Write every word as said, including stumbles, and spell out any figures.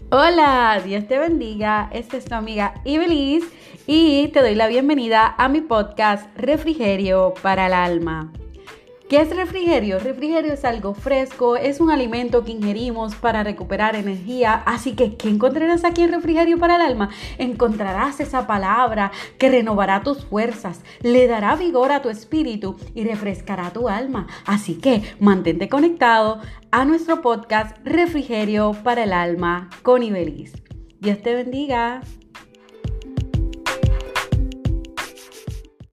Hola, Dios te bendiga. Esta es tu amiga Ibeliz y te doy la bienvenida a mi podcast Refrigerio para el Alma. ¿Qué es refrigerio? Refrigerio es algo fresco, es un alimento que ingerimos para recuperar energía. Así que, ¿qué encontrarás aquí en Refrigerio para el Alma? Encontrarás esa palabra que renovará tus fuerzas, le dará vigor a tu espíritu y refrescará tu alma. Así que, mantente conectado a nuestro podcast Refrigerio para el Alma con Ibeliz. Dios te bendiga.